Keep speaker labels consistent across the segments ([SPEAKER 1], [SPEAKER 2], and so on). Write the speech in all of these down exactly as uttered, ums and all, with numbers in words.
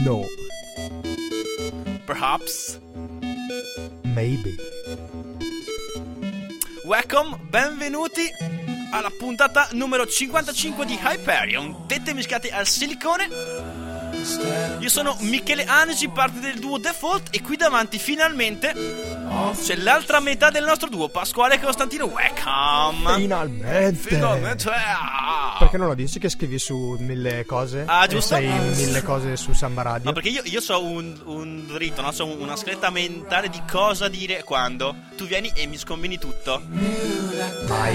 [SPEAKER 1] No.
[SPEAKER 2] Perhaps.
[SPEAKER 1] Maybe.
[SPEAKER 2] Welcome, benvenuti alla puntata numero cinquantacinque di Hyperion, tette mischiate al silicone. Io sono Michele Anegi, parte del duo Default, e qui davanti finalmente c'è l'altra metà del nostro duo, Pasquale Costantino. Welcome.
[SPEAKER 1] Finalmente.
[SPEAKER 2] Finalmente. Ah.
[SPEAKER 1] Perché non lo dici che scrivi su mille cose?
[SPEAKER 2] Ah, giusto.
[SPEAKER 1] E sei mille cose su Samba Radio.
[SPEAKER 2] No, perché io, io so un, un dritto, no? So una scaletta mentale di cosa dire e quando. Tu vieni e mi scombini tutto.
[SPEAKER 1] Vai.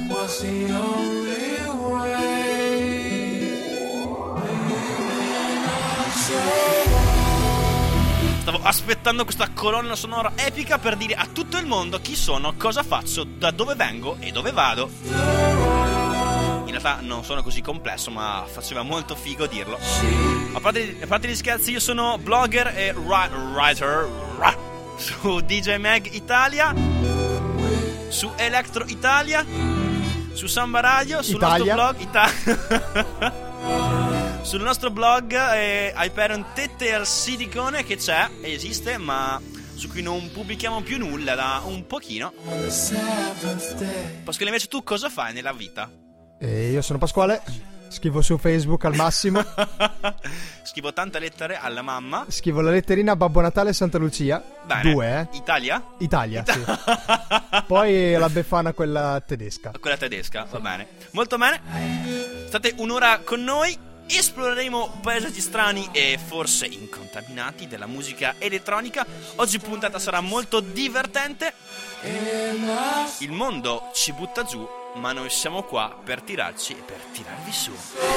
[SPEAKER 2] Stavo aspettando questa colonna sonora epica per dire a tutto il mondo chi sono, cosa faccio, da dove vengo e dove vado. In realtà non sono così complesso, ma faceva molto figo dirlo. A parte, a parte gli scherzi, io sono blogger e ri- writer ra, su D J Mag Italia, su Electro Italia, su Samba Radio, sul
[SPEAKER 1] Italia.
[SPEAKER 2] nostro blog Italia. Sul nostro blog eh, Hyperion Tette al Silicone, che c'è, esiste, ma su cui non pubblichiamo più nulla da un pochino. Pasquale, invece tu cosa fai nella vita?
[SPEAKER 1] E io sono Pasquale, scrivo su Facebook al massimo.
[SPEAKER 2] Scrivo tante lettere alla mamma.
[SPEAKER 1] Scrivo la letterina a Babbo Natale e Santa Lucia.
[SPEAKER 2] Bene.
[SPEAKER 1] Due, eh?
[SPEAKER 2] Italia?
[SPEAKER 1] Italia,
[SPEAKER 2] Ita-
[SPEAKER 1] sì. Poi la Befana, quella tedesca.
[SPEAKER 2] Quella tedesca, va bene. Molto bene. State un'ora con noi. Esploreremo paesaggi strani e forse incontaminati della musica elettronica. Oggi puntata sarà molto divertente. Il mondo ci butta giù, ma noi siamo qua per tirarci e per tirarvi su.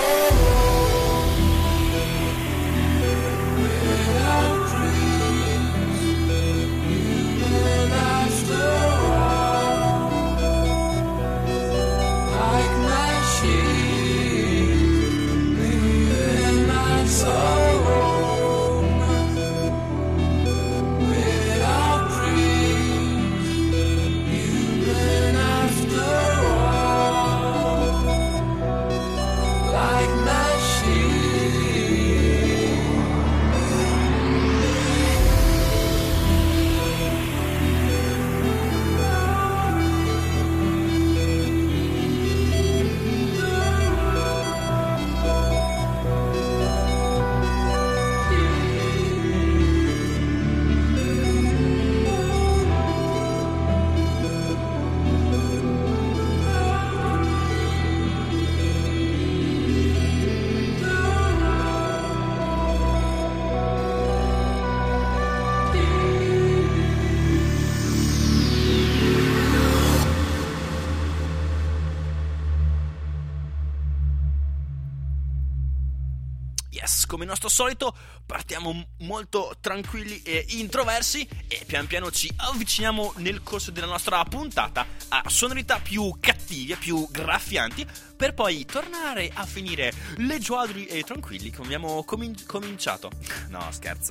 [SPEAKER 2] Come nostro solito partiamo molto tranquilli e introversi e pian piano ci avviciniamo nel corso della nostra puntata a sonorità più cattive, più graffianti, per poi tornare a finire leggiadri e tranquilli come abbiamo comin- cominciato. No, scherzo.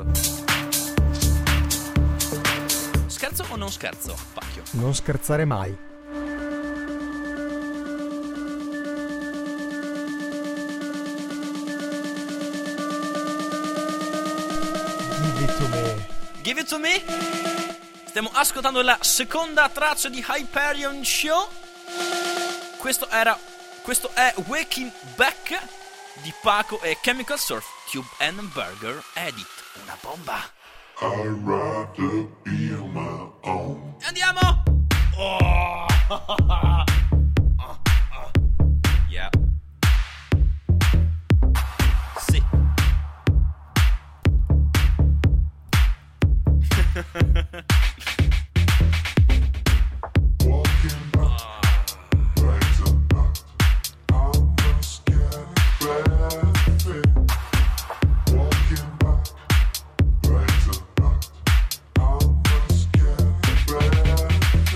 [SPEAKER 2] Scherzo o non scherzo, Pacchio?
[SPEAKER 1] Non scherzare mai. Give it to me.
[SPEAKER 2] Give it to me. Stiamo ascoltando la seconda traccia di Hyperion Show. Questo era Questo è Waking Back di Paco e Chemical Surf, Tube and Burger Edit. Una bomba.
[SPEAKER 3] I'd rather be on my own.
[SPEAKER 2] Andiamo. Oh. Oh, oh. Yeah. Sì.
[SPEAKER 3] Walking back, right to back. I'm just getting better. Walking back, right to back. I'm just getting better.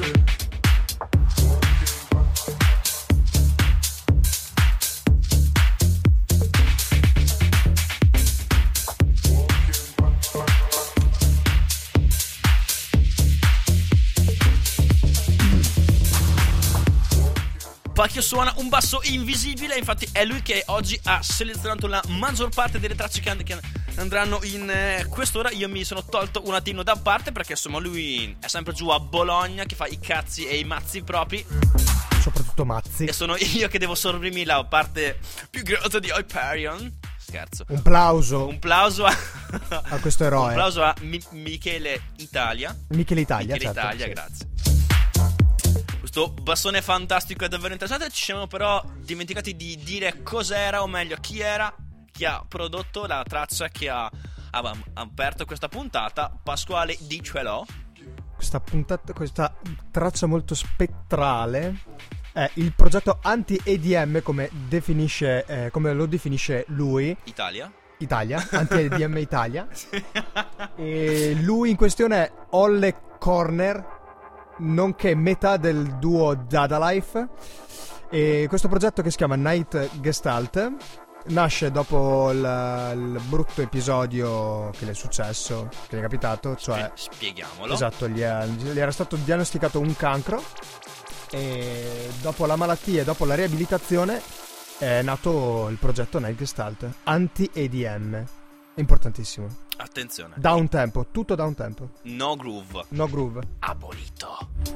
[SPEAKER 2] Pacchio suona un basso invisibile, infatti è lui che oggi ha selezionato la maggior parte delle tracce che, and- che andranno in eh, quest'ora. Io mi sono tolto un attimo da parte perché insomma lui è sempre giù a Bologna che fa i cazzi e i mazzi propri,
[SPEAKER 1] Soprattutto Mazzi.
[SPEAKER 2] e sono io che devo sorbirmi la parte più grossa di Hyperion. Scherzo.
[SPEAKER 1] Un plauso
[SPEAKER 2] Un plauso a,
[SPEAKER 1] a questo eroe.
[SPEAKER 2] un plauso a Mi- Michele Italia.
[SPEAKER 1] Michele Italia,
[SPEAKER 2] Michele
[SPEAKER 1] certo,
[SPEAKER 2] Italia,
[SPEAKER 1] sì.
[SPEAKER 2] grazie. Questo bassone fantastico è davvero interessante. Ci siamo però dimenticati di dire cos'era, o meglio chi era, chi ha prodotto la traccia che ha, ha aperto questa puntata. Pasquale, dicelo.
[SPEAKER 1] Questa puntata, questa traccia molto spettrale è il progetto anti-E D M, come definisce, eh, come lo definisce lui.
[SPEAKER 2] Italia.
[SPEAKER 1] Italia, anti-E D M Italia. E lui in questione è Olle Corner, nonché metà del duo Dada Life. E questo progetto, che si chiama Night Gestalt, nasce dopo il, il brutto episodio che le è successo, che gli è capitato, cioè
[SPEAKER 2] Spieghiamolo.
[SPEAKER 1] esatto, gli, è- gli era stato diagnosticato un cancro, e dopo la malattia e dopo la riabilitazione è nato il progetto Night Gestalt anti-E D M. Importantissimo.
[SPEAKER 2] Attenzione.
[SPEAKER 1] Da un tempo, tutto da un tempo.
[SPEAKER 2] No groove.
[SPEAKER 1] No groove.
[SPEAKER 2] Abolito.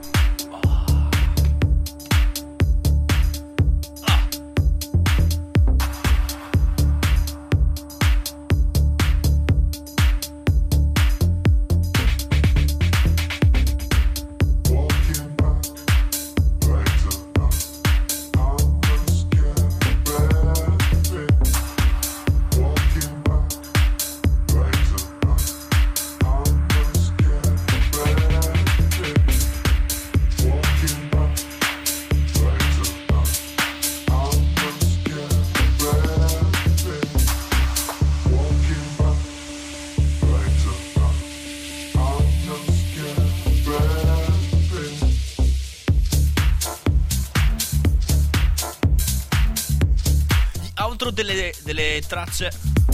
[SPEAKER 3] Walking back, back to now. I'm not scared, bad thing. Walking back, back to now. I'm not scared, bad thing. Walking back, back to now. I'm not scared, bad thing. Walking back, back to now. I'm not scared, bad thing.
[SPEAKER 2] Gli outro delle, delle tracce.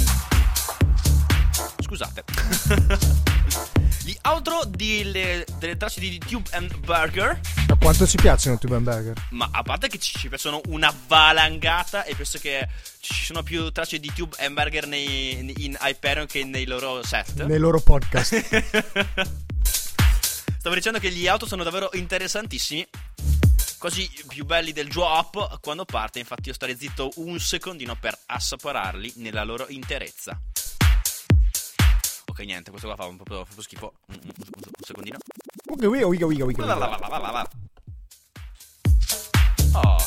[SPEAKER 2] Scusate. Gli outro delle, delle tracce di Tube and Burger.
[SPEAKER 1] Ma quanto ci piacciono Tube and Burger?
[SPEAKER 2] Ma a parte che ci, ci piacciono una valangata, e penso che ci sono più tracce di Tube and Burger nei, in Hyperion che nei loro set.
[SPEAKER 1] Nei loro podcast.
[SPEAKER 2] Stavo dicendo che gli auto sono davvero interessantissimi, quasi più belli del drop quando parte. Infatti io starei zitto un secondino per assaporarli nella loro interezza. Ok, niente, questo qua fa un po' proprio schifo. Un, un- un- un secondino.
[SPEAKER 1] Wiga, wiga, wiga, wiga, wiga.
[SPEAKER 2] La, la, la, la, la, la. Oh.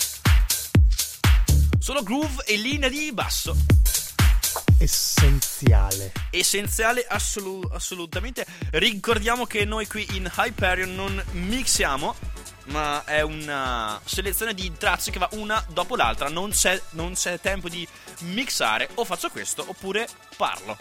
[SPEAKER 2] Solo groove e linea di basso.
[SPEAKER 1] Essenziale.
[SPEAKER 2] Essenziale, assolu- assolutamente. Ricordiamo che noi qui in Hyperion non mixiamo, ma è una selezione di tracce che va una dopo l'altra. Non c'è, non c'è tempo di mixare. O faccio questo oppure parlo.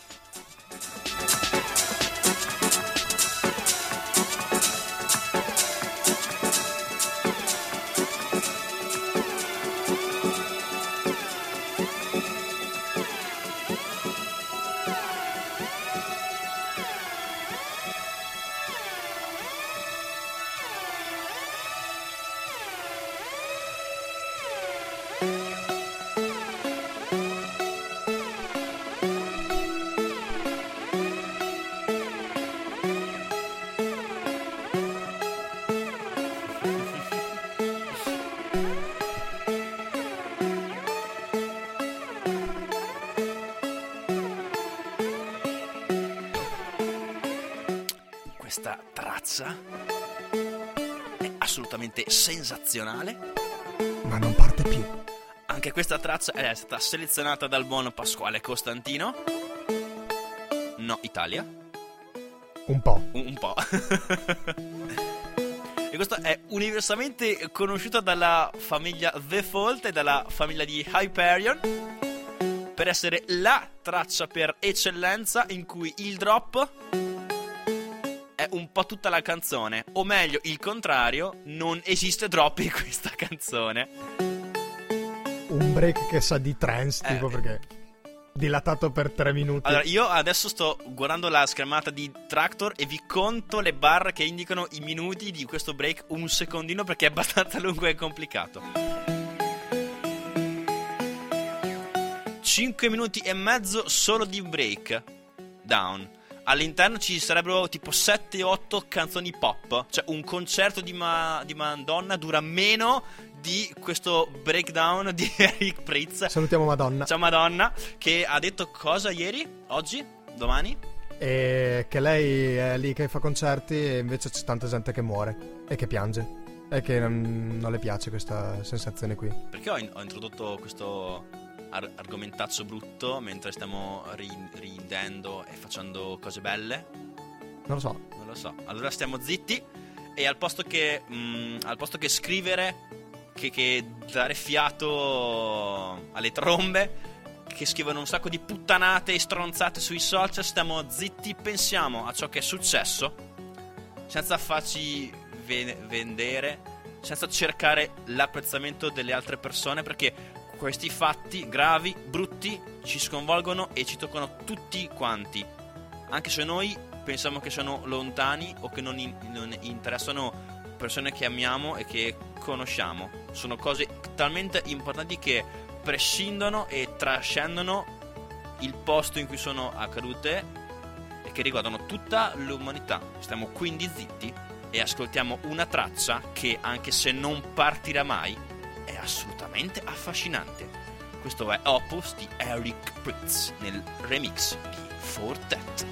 [SPEAKER 2] Questa traccia è assolutamente sensazionale.
[SPEAKER 1] Ma non parte più.
[SPEAKER 2] Anche questa traccia è stata selezionata dal buon Pasquale Costantino. No, Italia.
[SPEAKER 1] Un po'.
[SPEAKER 2] Un, un po'. E questa è universalmente conosciuta dalla famiglia The Fault e dalla famiglia di Hyperion per essere la traccia per eccellenza in cui il drop è un po' tutta la canzone, o meglio, il contrario, non esiste drop in questa canzone.
[SPEAKER 1] Un break che sa di trance,
[SPEAKER 2] Eh.
[SPEAKER 1] tipo, perché dilatato per tre minuti.
[SPEAKER 2] Allora, io adesso sto guardando la schermata di Tractor e vi conto le barre che indicano i minuti di questo break un secondino, perché è abbastanza lungo e complicato. cinque minuti e mezzo solo di break down. All'interno ci sarebbero tipo sette otto canzoni pop. Cioè un concerto di, ma- di Madonna dura meno di questo breakdown di Eric Prydz.
[SPEAKER 1] Salutiamo Madonna.
[SPEAKER 2] Ciao Madonna. Che ha detto cosa ieri? Oggi? Domani?
[SPEAKER 1] E che lei è lì che fa concerti e invece c'è tanta gente che muore e che piange e che non, non le piace questa sensazione qui.
[SPEAKER 2] Perché ho, in- ho introdotto questo ar- argomentazzo brutto mentre stiamo ri- ridendo e facendo cose belle?
[SPEAKER 1] Non lo so.
[SPEAKER 2] Non lo so. Allora stiamo zitti e al posto che mh, al posto che scrivere, che, che dare fiato alle trombe, che scrivono un sacco di puttanate e stronzate sui social, stiamo zitti, pensiamo a ciò che è successo senza farci ve- vendere, senza cercare l'apprezzamento delle altre persone, perché questi fatti gravi, brutti, ci sconvolgono e ci toccano tutti quanti, anche se noi pensiamo che siano lontani o che non, in- non interessano persone che amiamo e che conosciamo. Sono cose talmente importanti che prescindono e trascendono il posto in cui sono accadute e che riguardano tutta l'umanità. Stiamo quindi zitti e ascoltiamo una traccia che, anche se non partirà mai, è assolutamente affascinante. Questo è Opus di Eric Prydz nel remix di For That.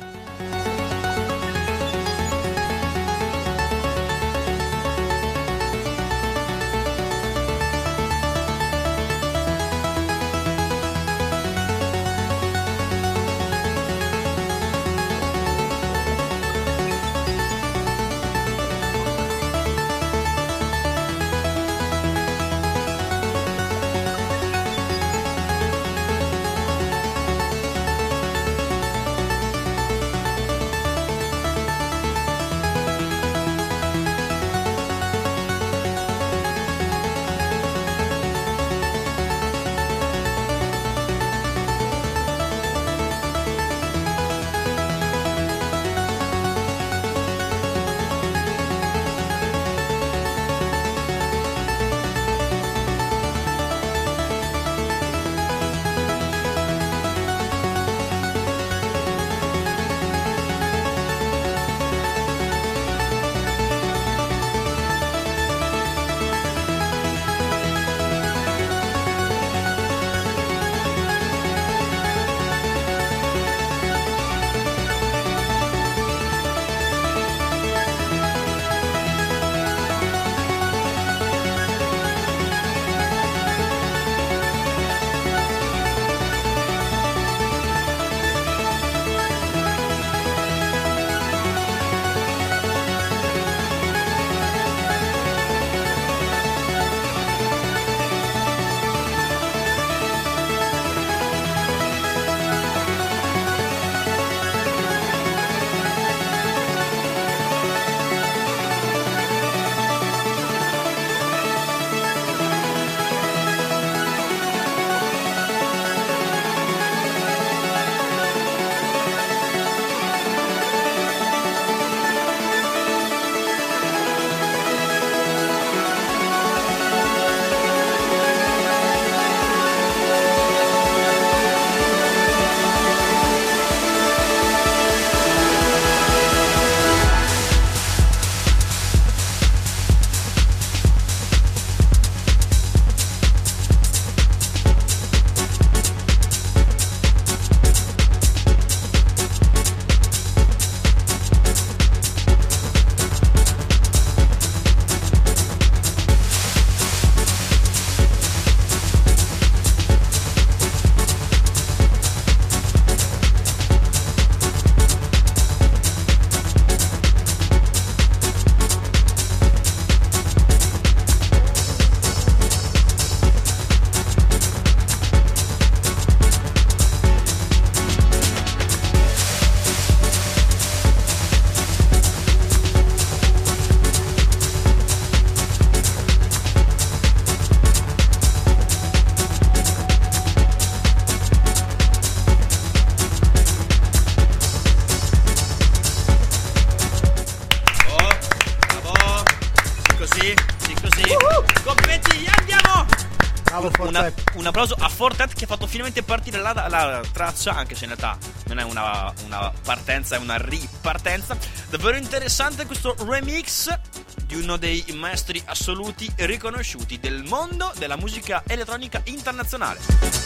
[SPEAKER 1] Bravo,
[SPEAKER 2] una,
[SPEAKER 1] Fortet.
[SPEAKER 2] un applauso a Fortet che ha fatto finalmente partire la, la traccia, anche se in realtà non è una, una partenza, è una ripartenza. Davvero interessante questo remix di uno dei maestri assoluti e riconosciuti del mondo della musica elettronica internazionale.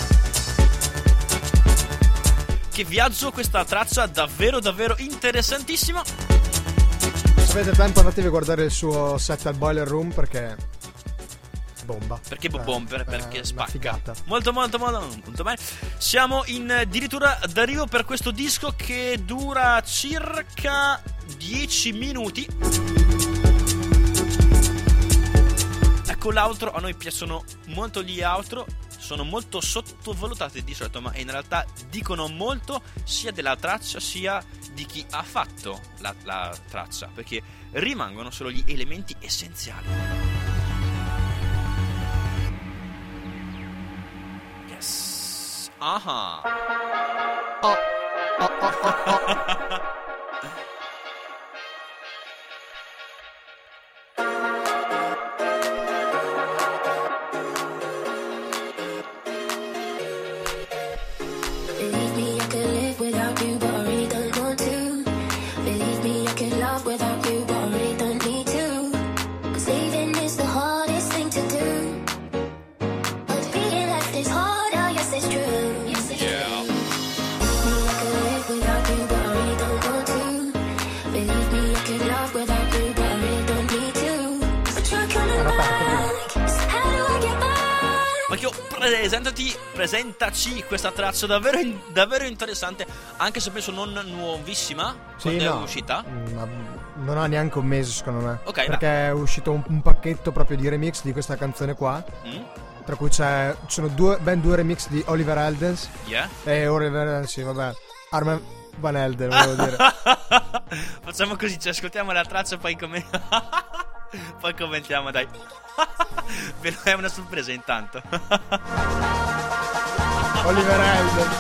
[SPEAKER 2] Che viaggio questa traccia, davvero davvero interessantissima.
[SPEAKER 1] Se avete tempo andatevi a guardare il suo set al Boiler Room perché bomba.
[SPEAKER 2] Perché bomber,
[SPEAKER 1] eh,
[SPEAKER 2] perché
[SPEAKER 1] eh,
[SPEAKER 2] spacca.
[SPEAKER 1] Figata.
[SPEAKER 2] Molto molto molto molto bene. Siamo in addirittura d'arrivo per questo disco che dura circa dieci minuti. Ecco l'outro, a noi piacciono molto gli outro, sono molto sottovalutati di solito, ma in realtà dicono molto sia della traccia sia di chi ha fatto la, la traccia, perché rimangono solo gli elementi essenziali. Yes. Aha.
[SPEAKER 1] Oh, oh, oh, oh, oh.
[SPEAKER 2] Presentati, presentaci questa traccia davvero, davvero interessante, anche se penso non nuovissima.
[SPEAKER 1] Sì,
[SPEAKER 2] quando
[SPEAKER 1] no,
[SPEAKER 2] è uscita?
[SPEAKER 1] Ma non ha neanche un mese secondo me.
[SPEAKER 2] Ok,
[SPEAKER 1] perché
[SPEAKER 2] beh.
[SPEAKER 1] è uscito un, un pacchetto proprio di remix di questa canzone qua.
[SPEAKER 2] Mm?
[SPEAKER 1] Tra cui c'è, ci sono due, ben due remix di Oliver Heldens.
[SPEAKER 2] Yeah.
[SPEAKER 1] E Oliver Heldens, sì, vabbè. Armin Van Helden, volevo dire.
[SPEAKER 2] Facciamo così, ci ascoltiamo la traccia e poi come... poi commentiamo, dai. È una sorpresa intanto.
[SPEAKER 1] Oliver Helden.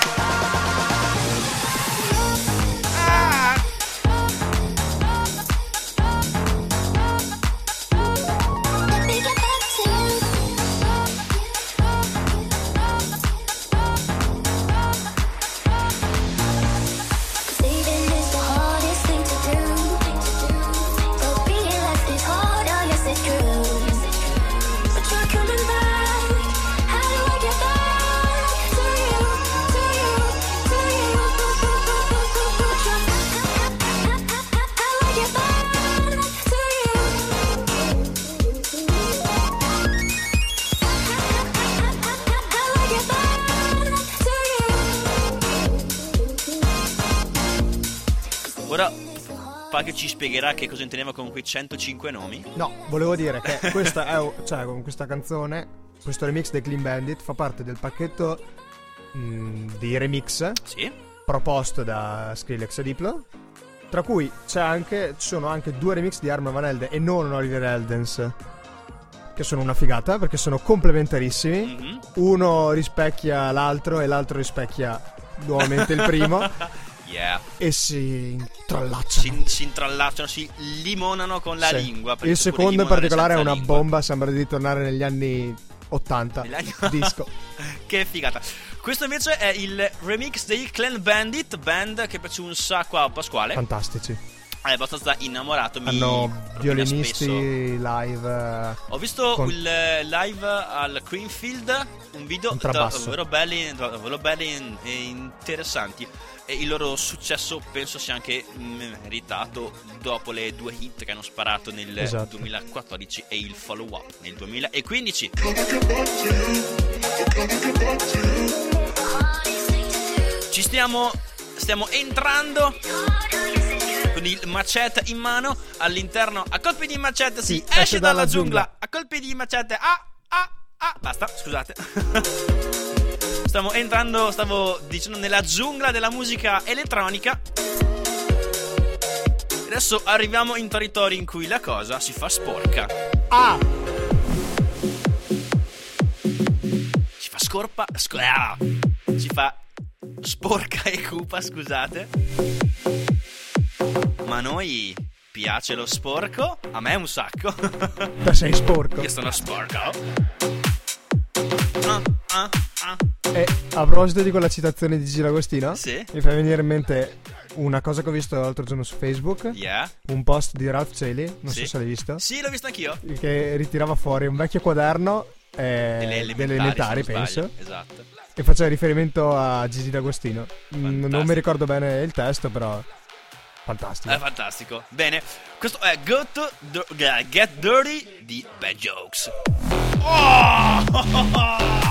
[SPEAKER 2] Ora Fabio ci spiegherà che cosa intendeva con quei centocinque nomi.
[SPEAKER 1] No, volevo dire che questa è, cioè, con questa canzone, questo remix dei Clean Bandit fa parte del pacchetto mh, di remix
[SPEAKER 2] Sì.
[SPEAKER 1] proposto da Skrillex e Diplo, tra cui c'è anche, ci sono anche due remix di Armin Van Helden e non Oliver Heldens, che sono una figata perché sono complementarissimi.
[SPEAKER 2] Mm-hmm.
[SPEAKER 1] Uno rispecchia l'altro e l'altro rispecchia nuovamente il primo.
[SPEAKER 2] Yeah.
[SPEAKER 1] E si intrallacciano.
[SPEAKER 2] Si, si intrallacciano, si limonano con la
[SPEAKER 1] Sì.
[SPEAKER 2] lingua.
[SPEAKER 1] Il secondo in particolare è una bomba, sembra di tornare negli anni ottanta.
[SPEAKER 2] Negli anni...
[SPEAKER 1] Disco.
[SPEAKER 2] Che figata. Questo invece è il remix dei Clan Bandit, band che piace un sacco a Pasquale.
[SPEAKER 1] Fantastici.
[SPEAKER 2] È abbastanza innamorato. Mi
[SPEAKER 1] Hanno
[SPEAKER 2] rovina
[SPEAKER 1] violinisti
[SPEAKER 2] spesso.
[SPEAKER 1] live. eh,
[SPEAKER 2] Ho visto
[SPEAKER 1] con-
[SPEAKER 2] il live al Creamfield, un video
[SPEAKER 1] Un trabasso.
[SPEAKER 2] davvero belli, davvero belli e interessanti. E il loro successo penso sia anche meritato dopo le due hit che hanno sparato nel
[SPEAKER 1] Esatto.
[SPEAKER 2] duemilaquattordici e il follow up nel duemilaquindici. Ci stiamo stiamo entrando con il macete in mano all'interno. A colpi di macete si
[SPEAKER 1] Sì,
[SPEAKER 2] esce,
[SPEAKER 1] esce
[SPEAKER 2] dalla,
[SPEAKER 1] dalla
[SPEAKER 2] giungla.
[SPEAKER 1] giungla.
[SPEAKER 2] A colpi di macete ah ah ah basta, scusate. Stiamo entrando, stavo dicendo, nella giungla della musica elettronica. Adesso arriviamo in territori in cui la cosa si fa sporca.
[SPEAKER 1] Ah!
[SPEAKER 2] Si fa scorpa sc- ah! Si fa sporca e cupa, scusate. Ma a noi piace lo sporco. A me un sacco.
[SPEAKER 1] Te sei sporco.
[SPEAKER 2] Io sono sporco. ah, ah, ah.
[SPEAKER 1] E a proposito di quella citazione di Gigi D'Agostino,
[SPEAKER 2] Sì.
[SPEAKER 1] mi fa venire in mente una cosa che ho visto l'altro giorno su Facebook.
[SPEAKER 2] Yeah.
[SPEAKER 1] Un post di Ralph Ceili, non
[SPEAKER 2] Sì.
[SPEAKER 1] so se l'hai visto,
[SPEAKER 2] Sì, l'ho visto anch'io.
[SPEAKER 1] che ritirava fuori un vecchio quaderno eh,
[SPEAKER 2] Delle
[SPEAKER 1] delle
[SPEAKER 2] elementari,
[SPEAKER 1] elementari,
[SPEAKER 2] se non
[SPEAKER 1] penso,
[SPEAKER 2] sbaglio. Esatto.
[SPEAKER 1] e faceva riferimento a Gigi D'Agostino. Mm, non
[SPEAKER 2] Fantastico.
[SPEAKER 1] mi ricordo bene il testo, però fantastico.
[SPEAKER 2] È fantastico. Bene, questo è Get, Get Dirty di Bad Jokes. Oh!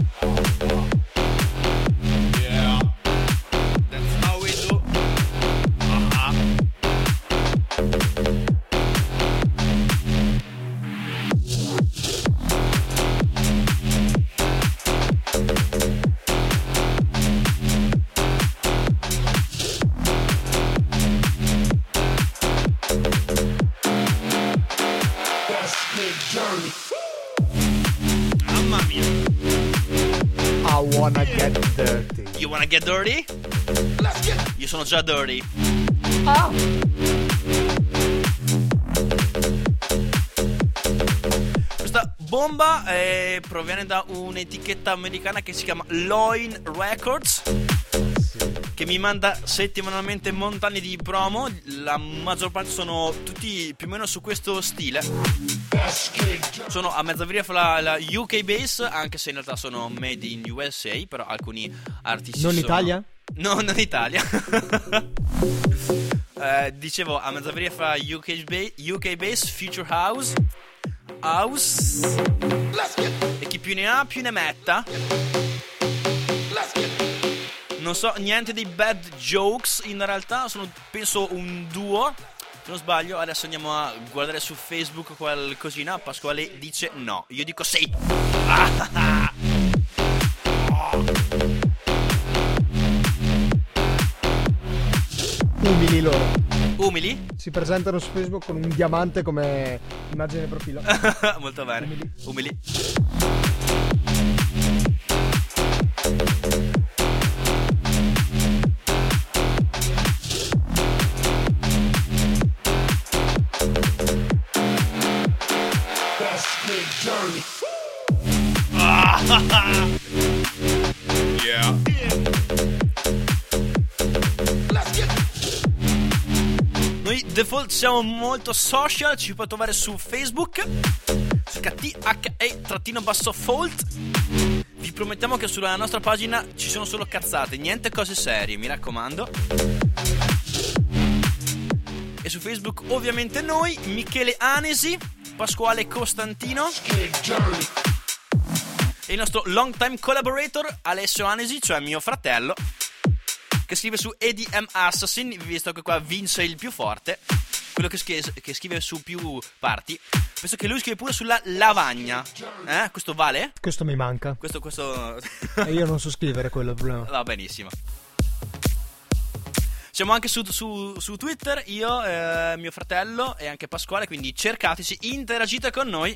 [SPEAKER 2] Yeah. That's how we do. Uh-huh. Mamma mia.
[SPEAKER 1] I wanna get dirty.
[SPEAKER 2] You wanna get dirty? Io sono già dirty. Questa bomba eh, proviene da un'etichetta americana che si chiama Loin Records, che mi manda settimanalmente montagni di promo. La maggior parte sono tutti più o meno su questo stile. Sono a mezza via fra la, la U K base, anche se in realtà sono made in U S A, però alcuni artisti
[SPEAKER 1] Non
[SPEAKER 2] sono...
[SPEAKER 1] Italia?
[SPEAKER 2] No, non Italia. eh, dicevo, a mezza via fra U K, ba- U K base, Future House, House, e chi più ne ha più ne metta. Non so niente dei Bad Jokes, in realtà sono penso un duo, se non sbaglio. Adesso andiamo a guardare su Facebook qualcosina. Pasquale dice no, io dico sì. Ah, ah, oh.
[SPEAKER 1] Umili loro.
[SPEAKER 2] Umili?
[SPEAKER 1] Si presentano su Facebook con un diamante come immagine profilo.
[SPEAKER 2] Molto bene.
[SPEAKER 1] Umili.
[SPEAKER 2] Umili. Yeah. Noi default siamo molto social, ci puoi trovare su Facebook, cerca T H E trattino basso Fault. Vi promettiamo che sulla nostra pagina ci sono solo cazzate, niente cose serie, mi raccomando. E su Facebook ovviamente noi, Michele Anesi, Pasquale Costantino e il nostro long time collaborator Alessio Anesi, cioè mio fratello, che scrive su E D M Assassin, visto che qua vince il più forte, quello che, sch- che scrive su più parti. Penso che lui scrive pure sulla lavagna. Eh? Questo vale?
[SPEAKER 1] Questo mi manca.
[SPEAKER 2] Questo, questo...
[SPEAKER 1] E io non so scrivere, quello è il problema.
[SPEAKER 2] Va benissimo. Siamo anche su, su, su Twitter, io, eh, mio fratello e anche Pasquale, quindi cercateci, interagite con noi.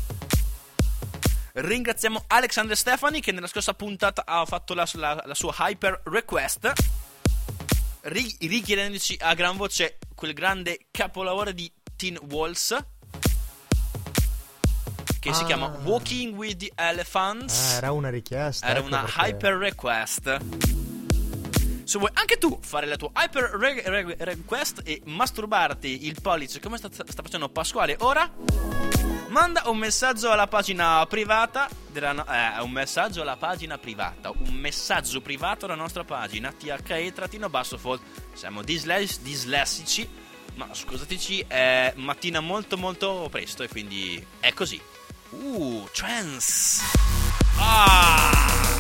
[SPEAKER 2] Ringraziamo Alexander Stefani che nella scorsa puntata ha fatto la, la, la sua hyper request, ri- richiedendoci a gran voce quel grande capolavoro di Teen Waltz che ah. si chiama Walking with the Elephants.
[SPEAKER 1] Ah, era una richiesta.
[SPEAKER 2] Era
[SPEAKER 1] ecco
[SPEAKER 2] una
[SPEAKER 1] perché...
[SPEAKER 2] hyper request. Se vuoi anche tu fare la tua hyper re- re- request e masturbarti il pollice come sta, sta facendo Pasquale ora, manda un messaggio alla pagina privata della no- eh, un messaggio alla pagina privata un messaggio privato alla nostra pagina T H E trattino basso Fault. Siamo disles- dislessici, ma scusateci, è mattina molto molto presto e quindi è così. Uh, trance. Ah!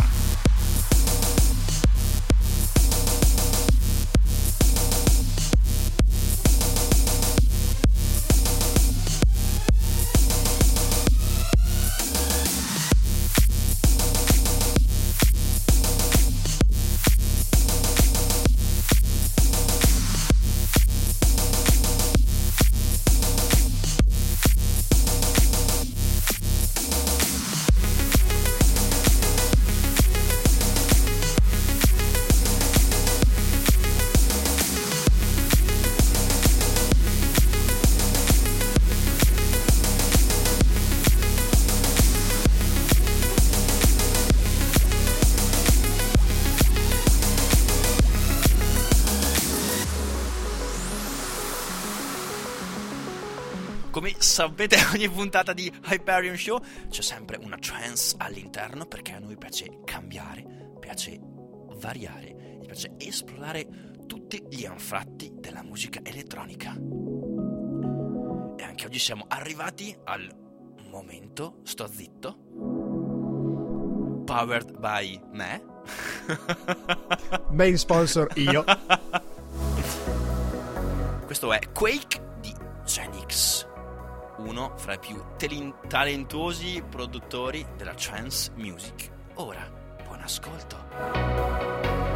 [SPEAKER 2] sapete, ogni puntata di Hyperion Show c'è sempre una trance all'interno, perché a noi piace cambiare, piace variare, mi piace esplorare tutti gli anfratti della musica elettronica. E anche oggi siamo arrivati al momento, sto zitto, powered by me.
[SPEAKER 1] Main sponsor io.
[SPEAKER 2] Questo è Quake di Genix, uno fra i più telen- talentuosi produttori della trance music. Ora, buon ascolto.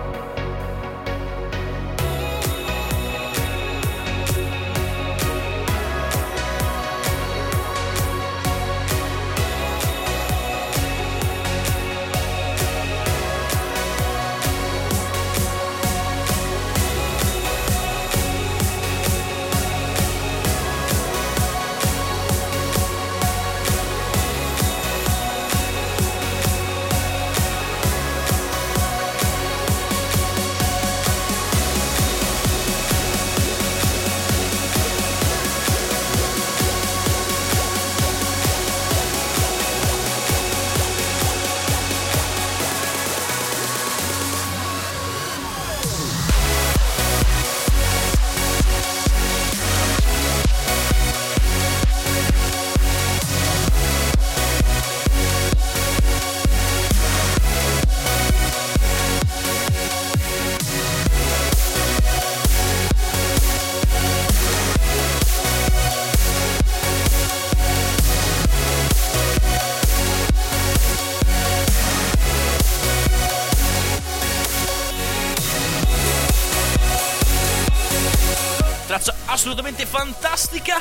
[SPEAKER 2] Traccia assolutamente fantastica.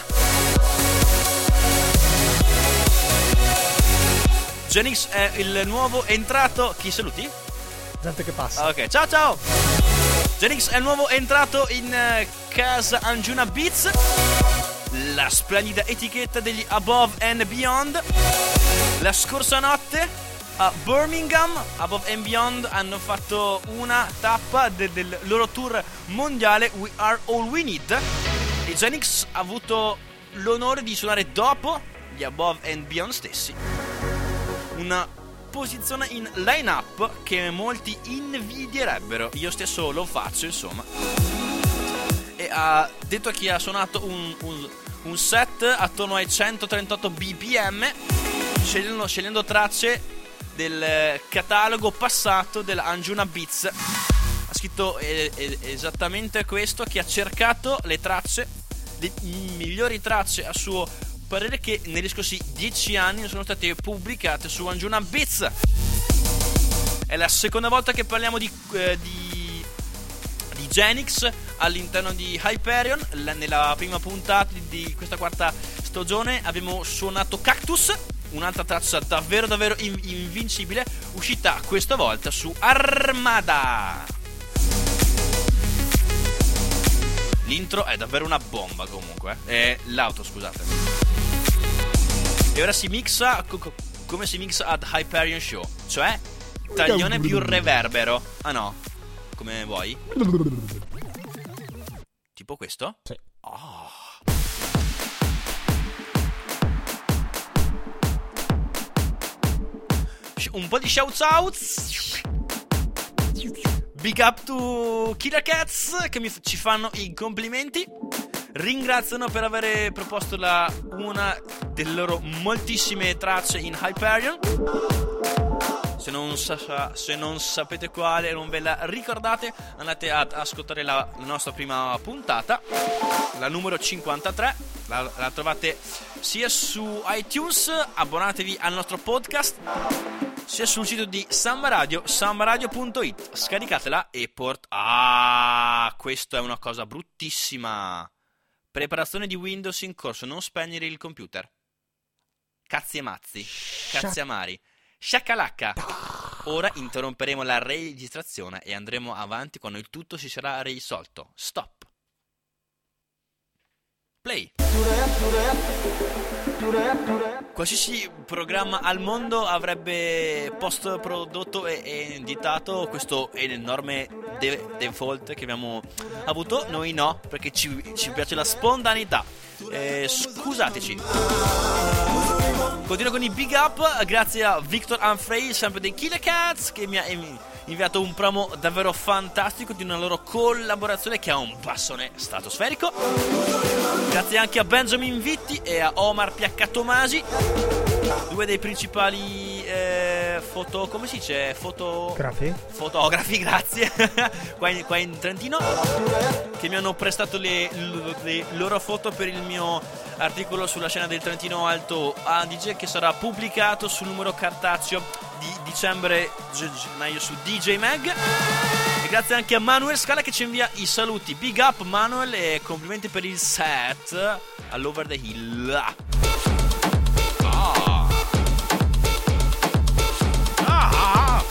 [SPEAKER 2] Genix è il nuovo entrato. Chi saluti?
[SPEAKER 1] Gente che passa.
[SPEAKER 2] Ok, ciao ciao. Genix è il nuovo entrato in uh, casa Anjuna Beats, la splendida etichetta degli Above and Beyond. La scorsa notte a Birmingham, Above and Beyond hanno fatto una tappa de- del loro tour mondiale We Are All We Need, e Genix ha avuto l'onore di suonare dopo gli Above and Beyond stessi, una posizione in line-up che molti invidierebbero. Io stesso lo faccio, insomma. E ha detto che ha suonato un, un, un set attorno ai centotrentotto B P M, scegliendo, scegliendo tracce del catalogo passato della Anjuna Beats. Ha scritto eh, eh, esattamente questo, che ha cercato le tracce, le migliori tracce a suo parere, che negli scorsi dieci anni sono state pubblicate su Anjuna Beats. È la seconda volta che parliamo di, eh, di, di Genix all'interno di Hyperion. La, nella prima puntata di questa quarta stagione abbiamo suonato Cactus, un'altra traccia davvero davvero in- invincibile, uscita questa volta su Armada. L'intro è davvero una bomba, comunque. È l'auto, scusate. E ora si mixa co- co- come si mixa ad Hyperion Show, cioè taglione più reverbero. Ah no, come vuoi? Tipo questo?
[SPEAKER 1] Sì.
[SPEAKER 2] Oh. Un po' di shout outs. Big up to Killer Cats, che mi f- ci fanno i complimenti. Ringraziano per aver proposto la, una delle loro moltissime tracce in Hyperion. Se non, sa- se non sapete quale e non ve la ricordate, andate ad ascoltare la, la nostra prima puntata, la numero cinquantatré. La, la trovate sia su iTunes, abbonatevi al nostro podcast, sia sul sito di Samba Radio, sambaradio punto it. Scaricatela e port... Ah, questo è una cosa bruttissima. Preparazione di Windows in corso, non spegnere il computer. Cazzi e mazzi, cazzi amari. Sciacalacca. Ora interromperemo la registrazione e andremo avanti quando il tutto si sarà risolto. Stop. Play. Play. Qualsiasi programma al mondo avrebbe post prodotto e, e editato questo enorme de- default che abbiamo avuto. Noi no, perché ci, ci piace la spontaneità. Eh, scusateci. Continuo con i big up. Grazie a Victor Humphrey, sempre dei Killer Cats, che mi ha inviato un promo davvero fantastico di una loro collaborazione che ha un bassone stratosferico. Grazie anche a Benjamin Vitti e a Omar Piaccatomasi, due dei principali eh, foto, come si dice? Fotografi? Fotografi, grazie. qua, in, qua in Trentino, che mi hanno prestato le, le, le loro foto per il mio articolo sulla scena del Trentino Alto Adige, che sarà pubblicato sul numero cartaceo di dicembre gennaio su D J Mag. E grazie anche a Manuel Scala che ci invia i saluti. Big up Manuel e complimenti per il set all'Over the Hill. Ah. Ah.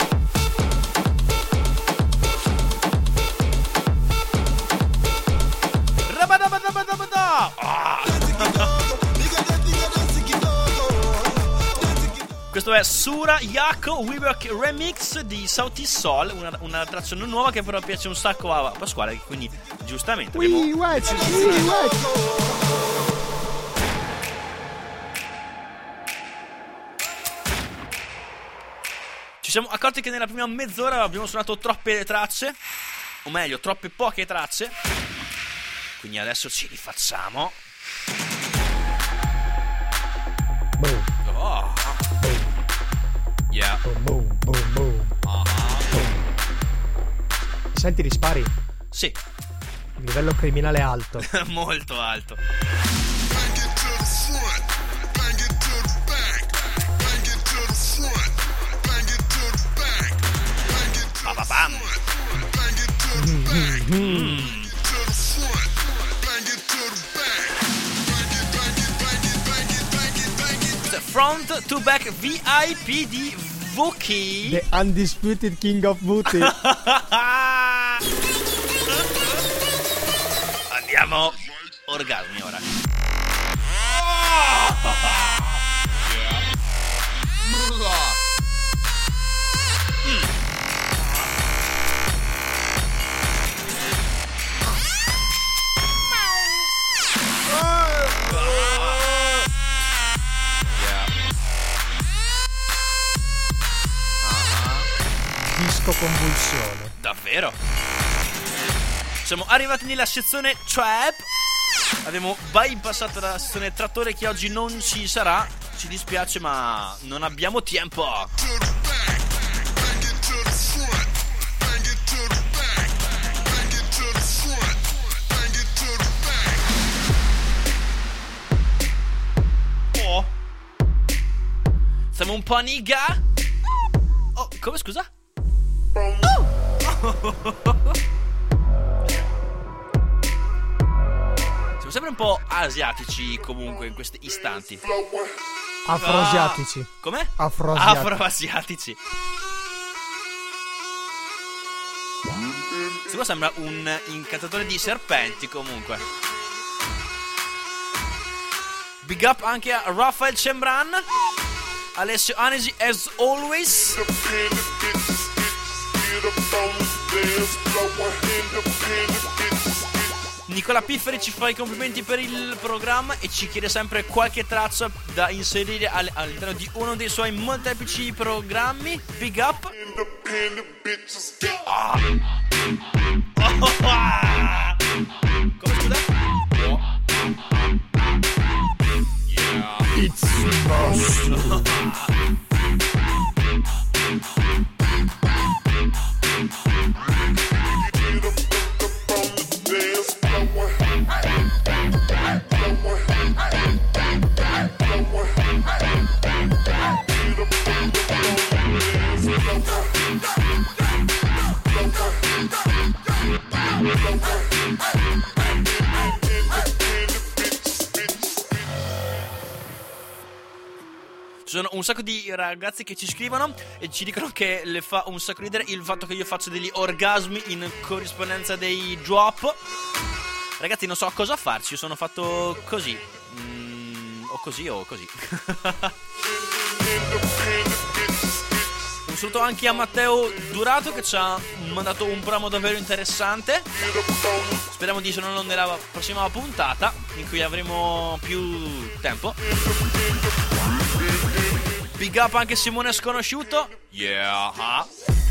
[SPEAKER 2] Rabadabadabadabada. Ah. Questo è Sura Yako WeWork Remix di Southeast Soul, una, una traccia non nuova che però piace un sacco a Pasquale, quindi giustamente abbiamo...
[SPEAKER 1] We watch, we watch.
[SPEAKER 2] Ci siamo accorti che nella prima mezz'ora abbiamo suonato troppe tracce, o meglio troppe poche tracce, quindi adesso ci rifacciamo. Oh. Yeah.
[SPEAKER 1] Boom, boom, boom, boom.
[SPEAKER 2] Uh-huh.
[SPEAKER 1] Senti i rispari?
[SPEAKER 2] Sì.
[SPEAKER 1] Livello criminale alto.
[SPEAKER 2] Molto alto. Ba-ba-bam. Mm-hmm. Front to back V I P di Vuki,
[SPEAKER 1] The Undisputed King of Booty.
[SPEAKER 2] Andiamo. Orgasmi ora.
[SPEAKER 1] Disco convulsione.
[SPEAKER 2] Davvero? Siamo arrivati nella sezione trap. Abbiamo bypassato la sezione trattore che oggi non ci sarà. Ci dispiace ma non abbiamo tempo. Oh. Siamo un po' niga. Oh, come scusa? Oh. Siamo sempre un po' asiatici comunque in questi istanti.
[SPEAKER 1] Afroasiatici.
[SPEAKER 2] Ah, com'è?
[SPEAKER 1] Afroasiatici.
[SPEAKER 2] Afroasiatici. Questo sembra un incantatore di serpenti comunque. Big up anche a Rafael Cembran, Alessio Anesi as always. Nicola Pifferi ci fa i complimenti per il programma e ci chiede sempre qualche traccia da inserire all'interno di uno dei suoi molteplici programmi. Big up. Ah. Oh, ah. Come scusa? Oh. Yeah.
[SPEAKER 1] It's impossible.
[SPEAKER 2] Ci sono un sacco di ragazzi che ci scrivono e ci dicono che le fa un sacco ridere il fatto che io faccia degli orgasmi in corrispondenza dei drop. Ragazzi, non so cosa farci, io sono fatto così. Mm, o così o così. Un saluto anche a Matteo Durato che ci ha mandato un promo davvero interessante. Speriamo di sono nella prossima puntata in cui avremo più tempo. Big up anche Simone Sconosciuto. Yeah. Uh-huh.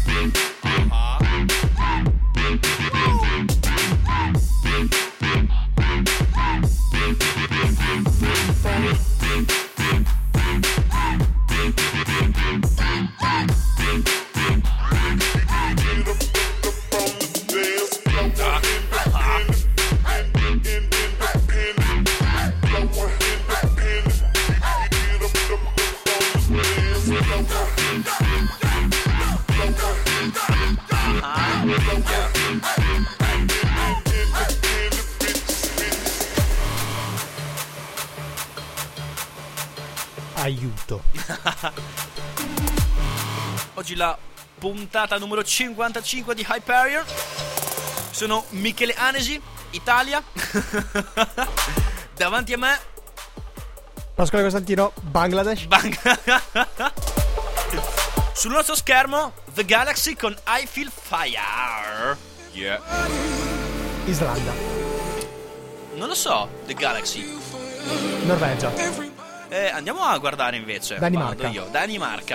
[SPEAKER 1] Aiuto.
[SPEAKER 2] Oggi la puntata numero cinquantacinque di Hyperion. Sono Michele Anesi, Italia. Davanti a me
[SPEAKER 1] Pasquale Costantino, Bangladesh.
[SPEAKER 2] Bang- Sul nostro schermo The Galaxy con I Feel Fire. Yeah.
[SPEAKER 1] Islanda.
[SPEAKER 2] Non lo so, The Galaxy.
[SPEAKER 1] Norvegia.
[SPEAKER 2] Eh, andiamo a guardare invece.
[SPEAKER 1] Danimarca.
[SPEAKER 2] Vado io. Danimarca.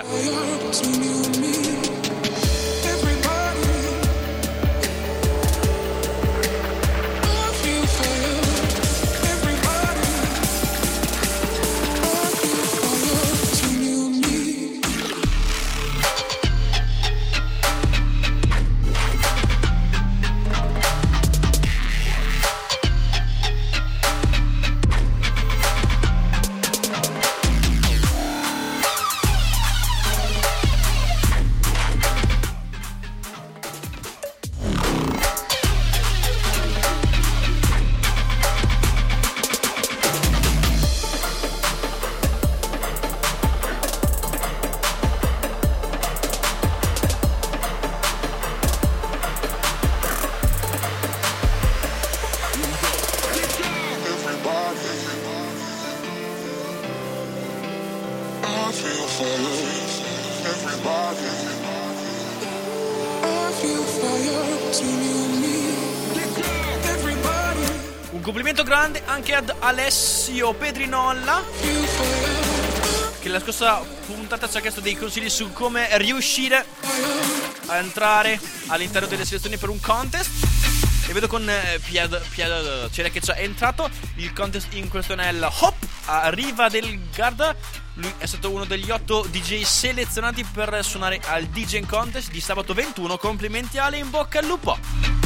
[SPEAKER 2] Un complimento grande anche ad Alessio Pedrinolla, che la scorsa puntata ci ha chiesto dei consigli su come riuscire a entrare all'interno delle selezioni per un contest. E vedo con eh, Pied, Pied Cere che ci è entrato. Il contest in questione è il Hop a Riva del Garda. Lui è stato uno degli otto D J selezionati per suonare al D J Contest di sabato ventuno. Complimenti Ale, in bocca al lupo.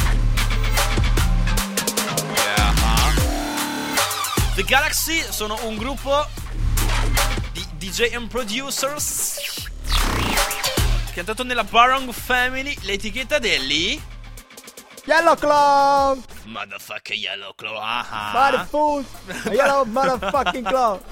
[SPEAKER 2] Yeah. The Galaxy sono un gruppo di D J and producers che è entrato nella Barong Family, l'etichetta degli
[SPEAKER 1] Yellow Claw.
[SPEAKER 2] Motherfucker Yellow Claw. Ah,
[SPEAKER 1] Motherfucker Yellow motherfucking Claw.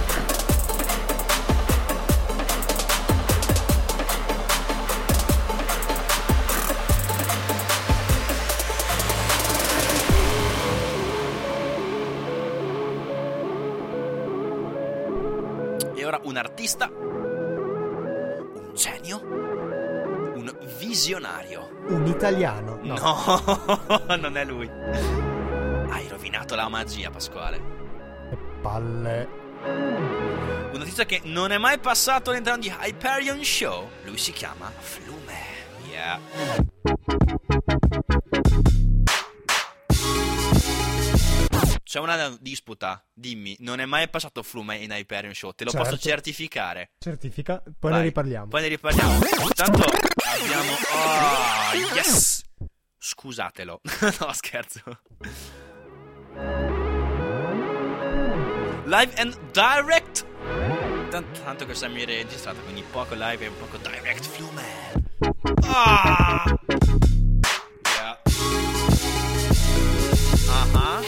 [SPEAKER 2] E ora un artista, un genio, un visionario.
[SPEAKER 1] Un italiano. No.
[SPEAKER 2] No, non è lui. Hai rovinato la magia, Pasquale.
[SPEAKER 1] Che palle.
[SPEAKER 2] Un artista che non è mai passato all'interno di Hyperion Show. Lui si chiama Flume. Yeah. C'è una disputa, dimmi, non è mai passato Flume in Hyperion Show, te lo
[SPEAKER 1] Certo.
[SPEAKER 2] posso certificare.
[SPEAKER 1] Certifica. Poi
[SPEAKER 2] Vai,
[SPEAKER 1] ne riparliamo.
[SPEAKER 2] Poi ne riparliamo. Intanto abbiamo... Oh, yes! Scusatelo. No, scherzo. Live and direct. Tant- Tanto che Sammy è registrato, quindi poco live e poco direct. Flume. Ah! Yeah. Ah-ha.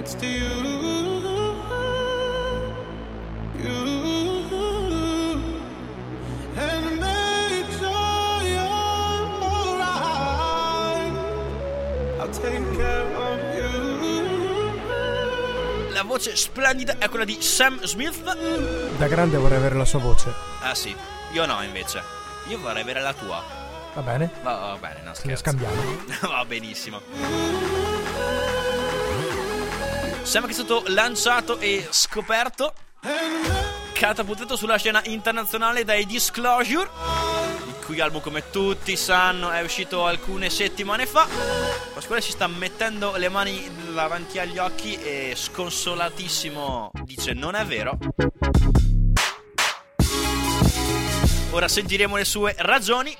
[SPEAKER 4] next to you, you, and make sure you're alright. I'll take care of you.
[SPEAKER 2] La voce splendida è quella di Sam Smith.
[SPEAKER 1] Da grande vorrei avere la sua voce.
[SPEAKER 2] Ah sì, io no invece. Io vorrei avere la tua.
[SPEAKER 1] Va bene?
[SPEAKER 2] Va, va bene, no
[SPEAKER 1] Ce ne
[SPEAKER 2] scherzo.
[SPEAKER 1] scambiamo.
[SPEAKER 2] Va benissimo. Sembra che è stato lanciato e scoperto, catapultato sulla scena internazionale dai Disclosure, il cui album, come tutti sanno, è uscito alcune settimane fa. Pasquale si sta mettendo le mani davanti agli occhi e sconsolatissimo dice: non è vero. Ora sentiremo le sue ragioni.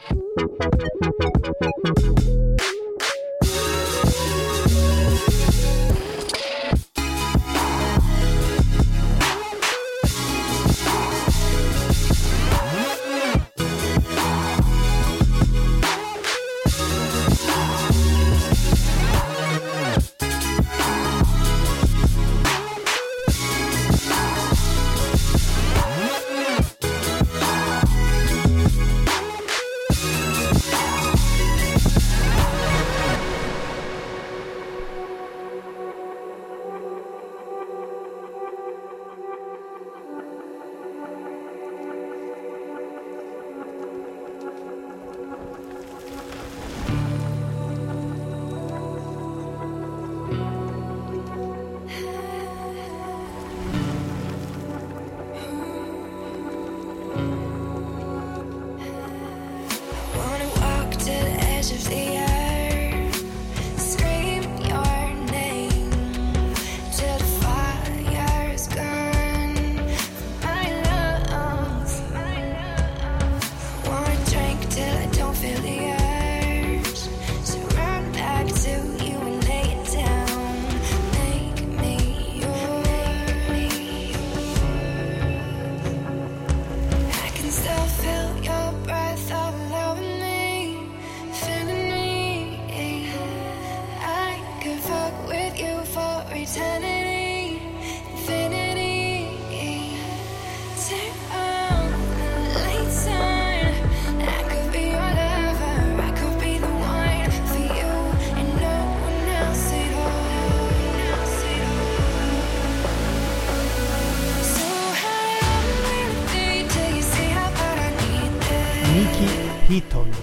[SPEAKER 1] Heaton.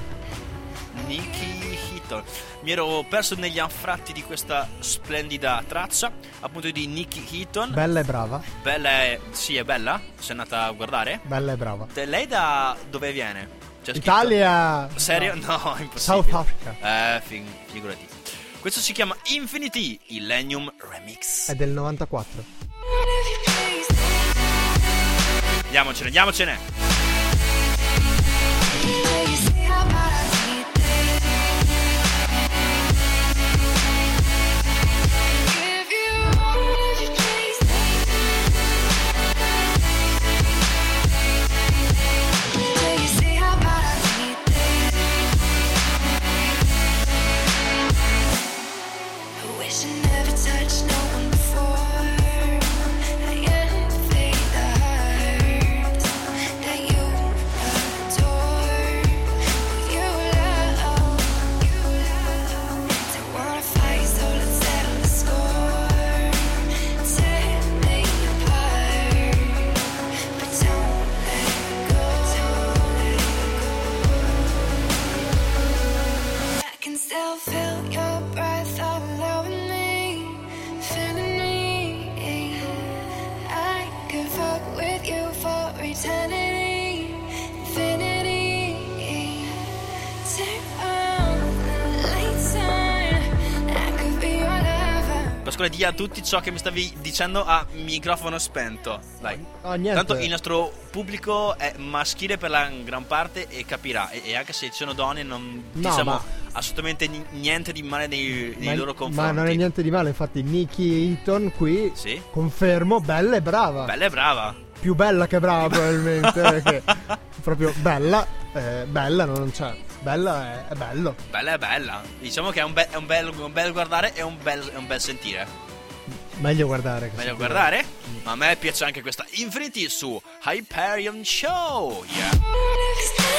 [SPEAKER 2] Nicky Heaton. Mi ero perso negli anfratti di questa splendida traccia, appunto, di Nicky Heaton.
[SPEAKER 1] Bella e brava.
[SPEAKER 2] Bella è... sì, è bella? Sei andata a guardare?
[SPEAKER 1] Bella e brava.
[SPEAKER 2] Te- Lei da dove viene? C'è scritto-
[SPEAKER 1] Italia.
[SPEAKER 2] Serio? No,
[SPEAKER 1] No.
[SPEAKER 2] impossibile.
[SPEAKER 1] South Africa.
[SPEAKER 2] Eh, fig- figurati. Questo si chiama Infinity Illenium Remix.
[SPEAKER 1] È del novantaquattro.
[SPEAKER 2] Andiamocene, andiamocene. Pasquale, di a tutti ciò che mi stavi dicendo a microfono spento. Dai.
[SPEAKER 1] Oh, niente.
[SPEAKER 2] Tanto il nostro pubblico è maschile per la gran parte e capirà. E, e anche se ci sono donne non
[SPEAKER 1] No,
[SPEAKER 2] diciamo
[SPEAKER 1] ma-
[SPEAKER 2] assolutamente ni- niente di male nei, nei
[SPEAKER 1] ma,
[SPEAKER 2] loro confronti.
[SPEAKER 1] ma non è niente di male, infatti Nicky Heaton qui
[SPEAKER 2] Sì.
[SPEAKER 1] confermo, bella e brava.
[SPEAKER 2] Bella e brava.
[SPEAKER 1] Più bella che brava probabilmente, perché proprio bella, eh, bella non c'è. Bella è, è bello.
[SPEAKER 2] Bella e bella. Diciamo che è un, be- è un, bel, un bel guardare e un bel, è un bel sentire.
[SPEAKER 1] Meglio guardare. che
[SPEAKER 2] Meglio
[SPEAKER 1] sentire.
[SPEAKER 2] guardare? Ma a me piace anche questa Infinity su Hyperion Show. Yeah.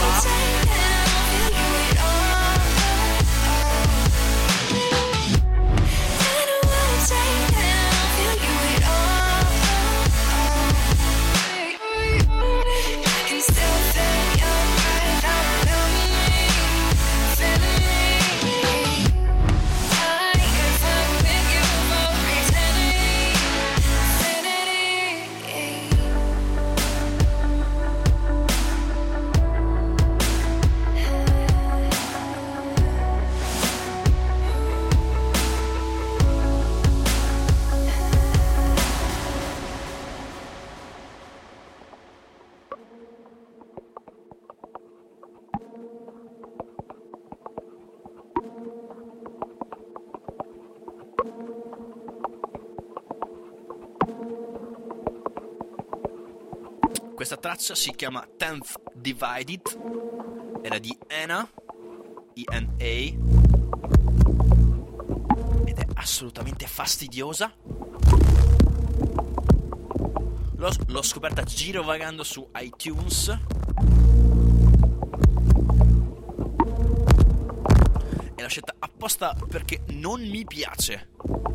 [SPEAKER 2] Questa traccia si chiama Tenth Divided, era di Ena, E N A, ed è assolutamente fastidiosa. L'ho, l'ho scoperta girovagando su iTunes e l'ho scelta apposta perché non mi piace.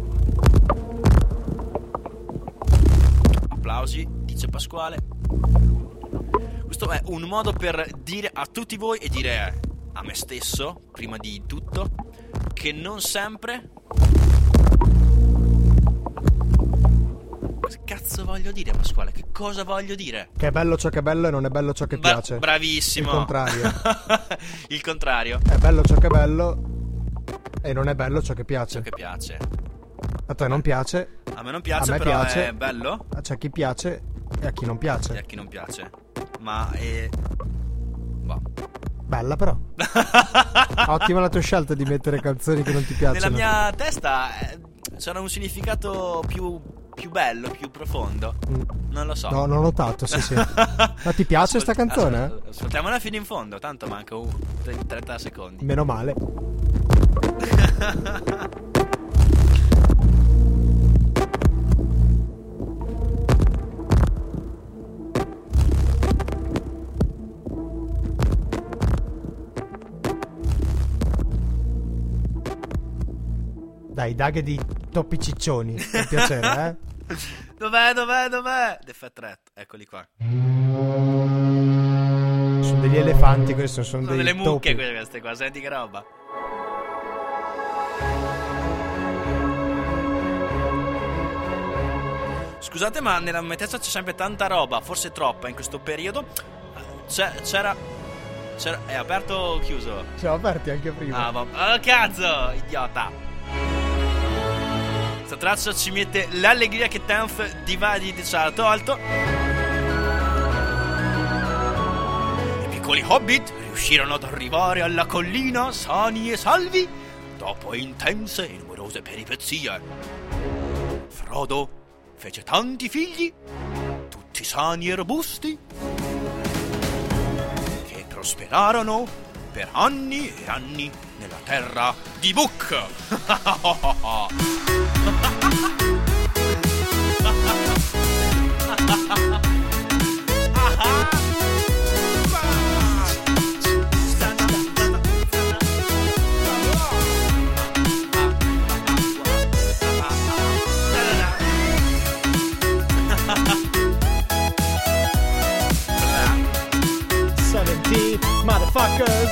[SPEAKER 2] Applausi, dice Pasquale. Questo è un modo per dire a tutti voi e dire a me stesso, prima di tutto, che non sempre... Cosa cazzo voglio dire, Pasquale? Che cosa voglio dire?
[SPEAKER 1] Che è bello ciò che è bello e non è bello ciò che
[SPEAKER 2] Bra-
[SPEAKER 1] piace.
[SPEAKER 2] Bravissimo.
[SPEAKER 1] Il contrario.
[SPEAKER 2] Il contrario.
[SPEAKER 1] È bello ciò che è bello e non è bello ciò che piace.
[SPEAKER 2] Ciò che piace.
[SPEAKER 1] A te non piace.
[SPEAKER 2] A me non piace,
[SPEAKER 1] a me
[SPEAKER 2] però
[SPEAKER 1] piace.
[SPEAKER 2] è bello.
[SPEAKER 1] C'è chi piace e a chi non
[SPEAKER 2] E
[SPEAKER 1] piace.
[SPEAKER 2] a chi non piace. Ma è... Boh.
[SPEAKER 1] Bella però. Ottima la tua scelta di mettere canzoni che non ti piacciono.
[SPEAKER 2] Nella mia testa eh, c'era un significato più, più bello, più profondo.
[SPEAKER 1] Mm.
[SPEAKER 2] Non lo so.
[SPEAKER 1] No, non ho notato, sì sì. Ma ti piace sta canzone?
[SPEAKER 2] Ascolt- ascoltiamola fino in fondo, tanto manca un trenta secondi.
[SPEAKER 1] Meno male. Dai, daghe di toppi ciccioni, per piacere, eh?
[SPEAKER 2] Dov'è, dov'è, dov'è? The Fat Rat, eccoli qua.
[SPEAKER 1] Sono degli elefanti, questi sono,
[SPEAKER 2] Sono
[SPEAKER 1] dei
[SPEAKER 2] delle mucche
[SPEAKER 1] topi.
[SPEAKER 2] queste qua, senti che roba. Scusate, ma nella mia testa c'è sempre tanta roba, forse troppa in questo periodo. C'è, c'era... c'era... È aperto o chiuso?
[SPEAKER 1] Siamo aperti anche prima.
[SPEAKER 2] Ah, va... Oh, cazzo, idiota. Questa traccia ci mette l'allegria che Tenth Divided ci ha tolto. I piccoli hobbit riuscirono ad arrivare alla collina sani e salvi dopo intense e numerose peripezie. Frodo fece tanti figli, tutti sani e robusti, che prosperarono per anni e anni nella terra di Book.
[SPEAKER 1] seventeen motherfuckers.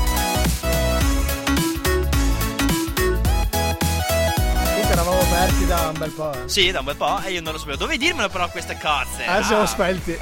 [SPEAKER 1] Comunque eravamo aperti da un bel po', eh.
[SPEAKER 2] Sì, da un bel po', e io non lo sapevo. Dovevi dirmelo però queste cozze.
[SPEAKER 1] Eh, siamo spenti.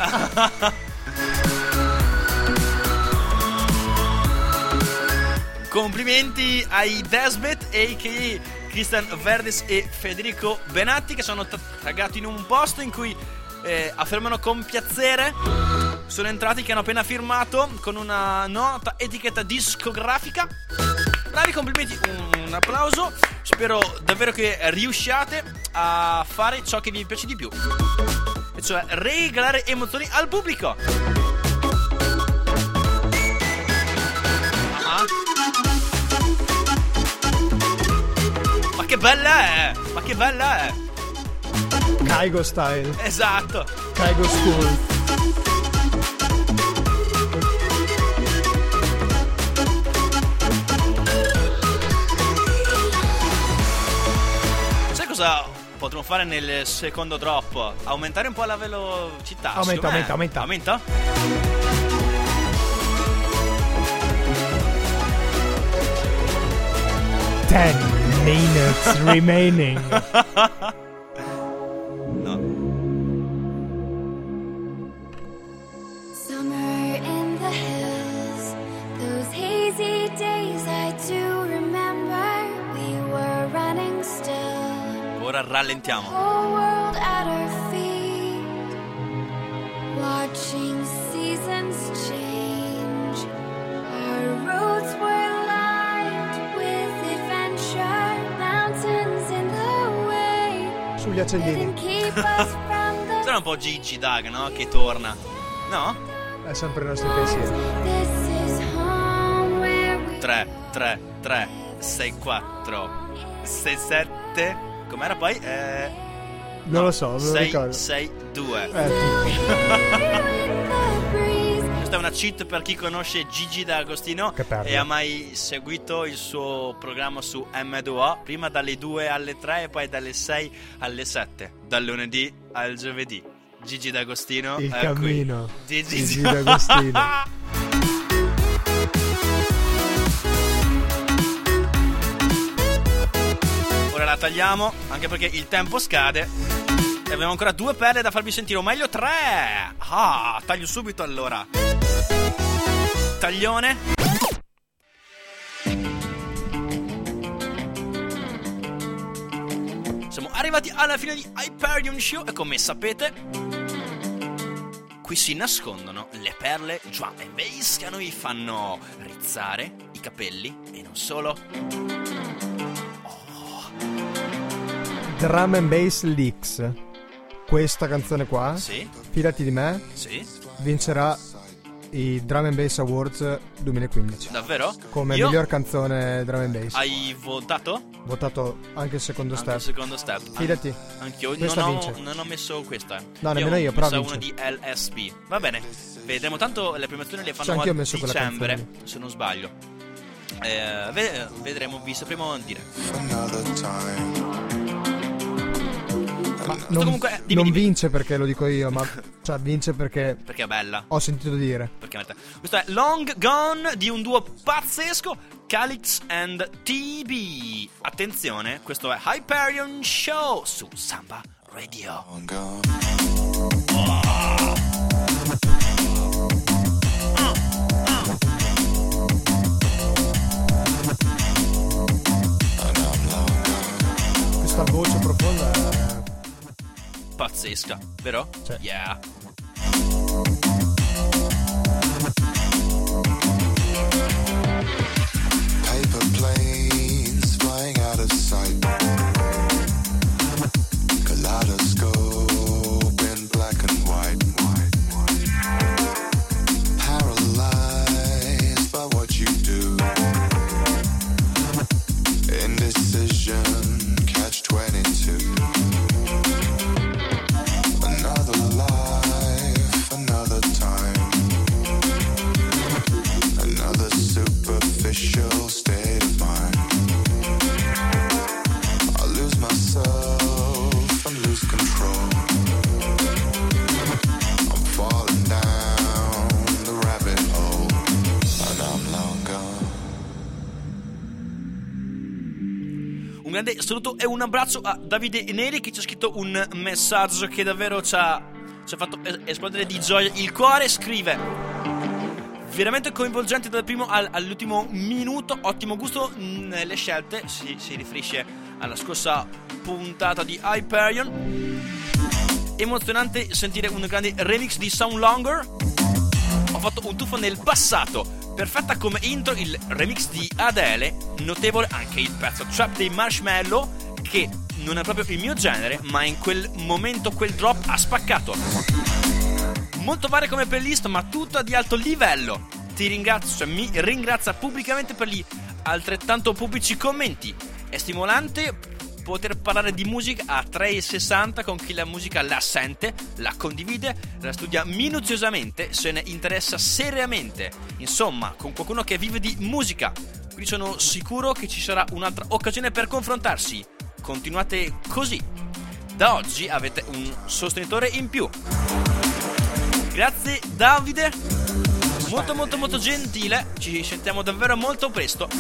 [SPEAKER 2] Complimenti ai Desbet, a k a. Christian Verdes e Federico Benatti, che sono t- taggati in un post in cui eh, affermano con piacere sono entrati, che hanno appena firmato con una nota etichetta discografica. Bravi, complimenti, un, un applauso. Spero davvero che riusciate a fare ciò che vi piace di più, e cioè regalare emozioni al pubblico. Ah. Ma che bella è! Ma che bella è!
[SPEAKER 1] Kaigo style.
[SPEAKER 2] Esatto.
[SPEAKER 1] Kaigo school.
[SPEAKER 2] Sai cosa potremmo fare nel secondo drop? Aumentare un po' la velocità.
[SPEAKER 1] Aumenta,
[SPEAKER 2] secondo me.
[SPEAKER 1] aumenta, aumenta.
[SPEAKER 2] Aumenta?
[SPEAKER 1] Ten minutes remaining.
[SPEAKER 2] No.
[SPEAKER 5] Summer in the hills, those hazy days I do remember. We were running still,
[SPEAKER 2] Ora rallentiamo.
[SPEAKER 5] whole world at our feet, watching seasons change. Our roads were lined with adventure, mountains in the way,
[SPEAKER 1] Sugli accendini.
[SPEAKER 5] didn't keep us from the
[SPEAKER 2] Sarà un po' Gigi Dag, no? Che torna. No?
[SPEAKER 1] È sempre i nostri pensieri.
[SPEAKER 5] This is home where we
[SPEAKER 2] tre, tre, tre, sei, quattro, sei, sette. Com'era poi? Eh,
[SPEAKER 1] Non lo so, non lo
[SPEAKER 2] sei,
[SPEAKER 1] ricordo.
[SPEAKER 2] sei, due.
[SPEAKER 1] Eh,
[SPEAKER 5] the breeze.
[SPEAKER 2] Questa è una cheat per chi conosce Gigi D'Agostino
[SPEAKER 1] Che perla.
[SPEAKER 2] e ha mai seguito il suo programma su M due O, prima dalle due alle tre e poi dalle sei alle sette, dal lunedì al giovedì. Gigi D'Agostino
[SPEAKER 1] Il
[SPEAKER 2] è
[SPEAKER 1] cammino
[SPEAKER 2] qui.
[SPEAKER 1] di Gigi D'Agostino.
[SPEAKER 2] Ora la tagliamo, anche perché il tempo scade e abbiamo ancora due perle da farvi sentire, o meglio tre. Ah, taglio subito allora. Taglione. Siamo arrivati alla fine di Hyperion Show e come sapete qui si nascondono le perle drum and bass che a noi fanno rizzare i capelli e non solo.
[SPEAKER 1] Drum and Bass Leaks. Questa canzone qua,
[SPEAKER 2] Sì,
[SPEAKER 1] fidati di me,
[SPEAKER 2] sì,
[SPEAKER 1] vincerà i Drum and Bass Awards duemilaquindici
[SPEAKER 2] davvero?
[SPEAKER 1] come
[SPEAKER 2] Io-
[SPEAKER 1] miglior canzone drum and bass.
[SPEAKER 2] Hai votato?
[SPEAKER 1] Votato anche il secondo
[SPEAKER 2] Anche il
[SPEAKER 1] step.
[SPEAKER 2] secondo step.
[SPEAKER 1] Fidati.
[SPEAKER 2] Anch'io
[SPEAKER 1] Questa
[SPEAKER 2] non ho,
[SPEAKER 1] vince.
[SPEAKER 2] non ho messo questa.
[SPEAKER 1] No, nemmeno io, però
[SPEAKER 2] ho messo
[SPEAKER 1] vince.
[SPEAKER 2] una di L S P. Va bene, vedremo. Tanto le premiazioni le
[SPEAKER 1] Cioè,
[SPEAKER 2] fanno
[SPEAKER 1] anch'io
[SPEAKER 2] a
[SPEAKER 1] ho messo quella
[SPEAKER 2] dicembre,
[SPEAKER 1] canzone
[SPEAKER 2] se non sbaglio. Eh, ve- vedremo, vi sapremo dire.
[SPEAKER 3] Another time.
[SPEAKER 1] Ma non,
[SPEAKER 2] comunque, dimmi,
[SPEAKER 1] non
[SPEAKER 2] dimmi.
[SPEAKER 1] vince perché lo dico io, ma cioè vince perché
[SPEAKER 2] Perché è bella.
[SPEAKER 1] ho sentito dire.
[SPEAKER 2] Perché mette. Questo è Long Gone di un duo pazzesco, Calix and T B. Attenzione, questo è Hyperion Show su Samba Radio.
[SPEAKER 3] Long gone.
[SPEAKER 1] Questa voce profonda è...
[SPEAKER 2] Pazzesca, vero?
[SPEAKER 1] Sì.
[SPEAKER 2] Yeah.
[SPEAKER 3] Paper planes flying out of sight. Kaleidoscope in black and white. Paralyzed by what you do. Indecision, catch twenty-two. Another life, another time. Another superficial state of mind. I lose myself and lose control. I'm falling down the rabbit hole, and I'm long gone.
[SPEAKER 2] Un grande saluto e un abbraccio a Davide Neri che ci ha scritto un messaggio che davvero ci ha, ci ha fatto es- esplodere di gioia il cuore. Scrive: veramente coinvolgente dal primo al- all'ultimo minuto, ottimo gusto nelle scelte. Si, si riferisce alla scorsa puntata di Hyperion. Emozionante sentire un grande remix di Sound Longer. Ho fatto un tuffo nel passato. Perfetta come intro il remix di Adele. Notevole anche il pezzo Trap dei Marshmallow, che non è proprio il mio genere, ma in quel momento quel drop ha spaccato. Molto varia come playlist, ma tutta di alto livello. Ti ringrazio, cioè mi ringrazia pubblicamente per gli altrettanto pubblici commenti. È stimolante poter parlare di musica a trecentosessanta con chi la musica la sente, la condivide, la studia minuziosamente, se ne interessa seriamente, insomma con qualcuno che vive di musica. Quindi sono sicuro che ci sarà un'altra occasione per confrontarsi. Continuate così. Da oggi avete un sostenitore in più. Grazie Davide, molto molto molto gentile. Ci sentiamo davvero molto presto.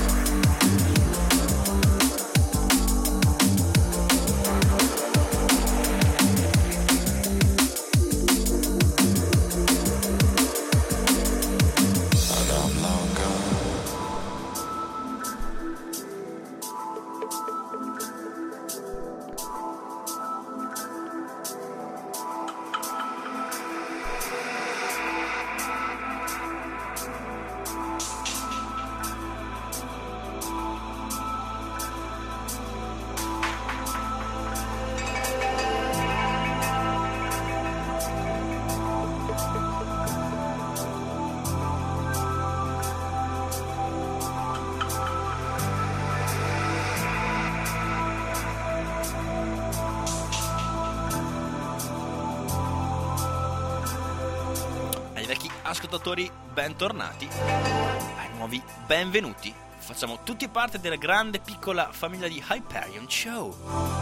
[SPEAKER 2] Ascoltatori, bentornati, ai nuovi benvenuti. Facciamo tutti parte della grande piccola famiglia di Hyperion Show.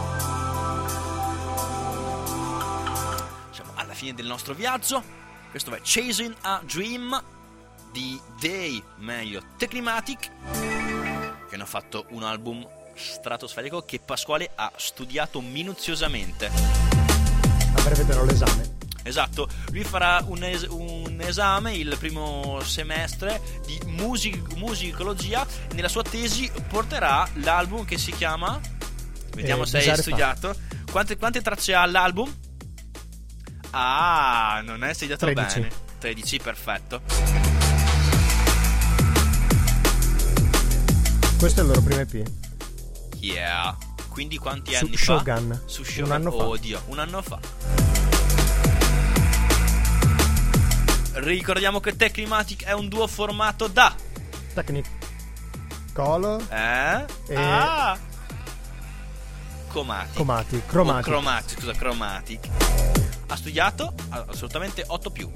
[SPEAKER 2] Siamo alla fine del nostro viaggio. Questo è Chasing a Dream di Day, meglio Technimatic, che hanno fatto un album stratosferico che Pasquale ha studiato minuziosamente.
[SPEAKER 1] A breve darò l'esame.
[SPEAKER 2] Esatto, lui farà un, es- un esame il primo semestre di music- musicologia e nella sua tesi porterà l'album che si chiama, vediamo
[SPEAKER 1] eh,
[SPEAKER 2] se hai studiato, quante, quante tracce ha l'album? Ah, non hai studiato
[SPEAKER 1] tredici.
[SPEAKER 2] Bene, tredici, perfetto.
[SPEAKER 1] Questo è il loro primo E P.
[SPEAKER 2] Yeah, quindi quanti
[SPEAKER 1] Su
[SPEAKER 2] anni
[SPEAKER 1] Shogun.
[SPEAKER 2] fa? Su Shogun,
[SPEAKER 1] un anno fa.
[SPEAKER 2] Oddio, un anno fa. Ricordiamo che Technimatic è un duo formato da
[SPEAKER 1] Technicolor
[SPEAKER 2] Eh?
[SPEAKER 1] e
[SPEAKER 2] Ah! Comatic.
[SPEAKER 1] Comatic,
[SPEAKER 2] Oh,
[SPEAKER 1] Chromatic.
[SPEAKER 2] Chromatic, scusa, Chromatic. Ha studiato assolutamente otto più.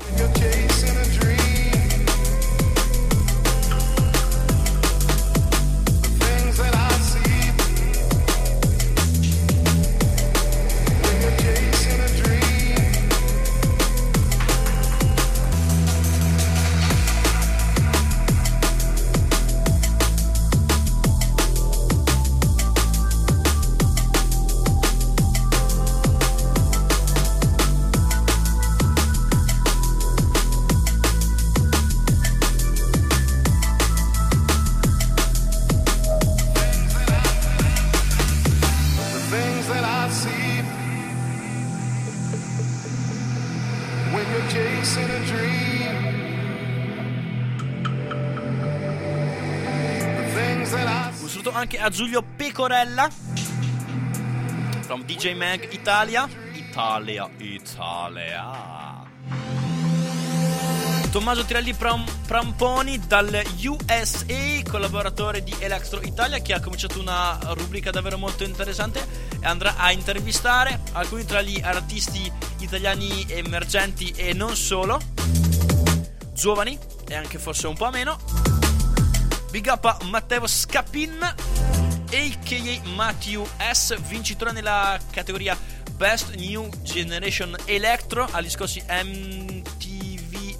[SPEAKER 2] Un saluto anche a Giulio Pecorella from D J Mag Italia. Italia, Italia. Tommaso Tirelli Pram- Pramponi dal U S A, collaboratore di Electro Italia, che ha cominciato una rubrica davvero molto interessante e andrà a intervistare alcuni tra gli artisti italiani emergenti e non solo, giovani e anche forse un po' meno. Big up a Matteo Scapin, a k a. Matthew S, vincitore nella categoria Best New Generation Electro agli scorsi M T V.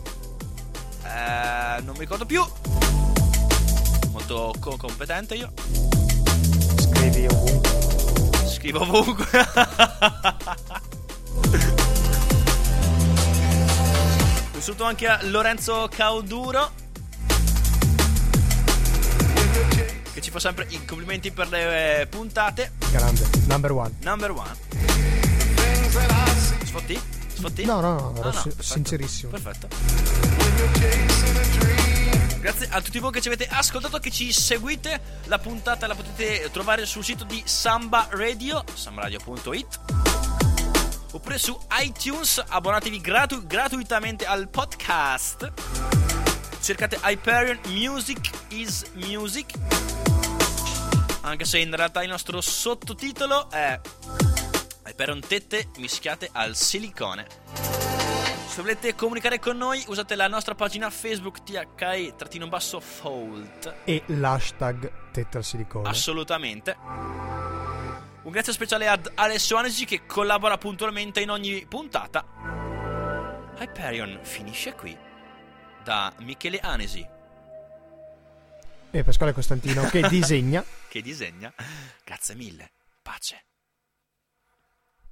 [SPEAKER 2] Eh, non mi ricordo più. Molto co- competente io.
[SPEAKER 1] Scrivi ovunque.
[SPEAKER 2] Scrivo ovunque. Un saluto anche a Lorenzo Cauduro, che ci fa sempre i complimenti per le eh, puntate.
[SPEAKER 1] Grande, number one.
[SPEAKER 2] Number one. Sfotti? Sfotti?
[SPEAKER 1] No, no, no, ero
[SPEAKER 2] Ah, no,
[SPEAKER 1] si-
[SPEAKER 2] perfetto.
[SPEAKER 1] sincerissimo.
[SPEAKER 2] Perfetto. Grazie a tutti voi che ci avete ascoltato, che ci seguite. La puntata la potete trovare sul sito di Samba Radio, sambaradio punto it, oppure su iTunes. Abbonatevi gratu- gratuitamente al podcast. Cercate Hyperion Music is Music. anche se in realtà il nostro sottotitolo è Hyperion tette mischiate al silicone. Se volete comunicare con noi, usate la nostra pagina Facebook T H E-Fault
[SPEAKER 1] e l'hashtag tette al silicone.
[SPEAKER 2] Assolutamente. Un grazie speciale ad Alessio Anesi che collabora puntualmente in ogni puntata. Hyperion finisce qui. Da Michele Anesi
[SPEAKER 1] e Pasquale Costantino che disegna.
[SPEAKER 2] Che disegna. Grazie mille. Pace.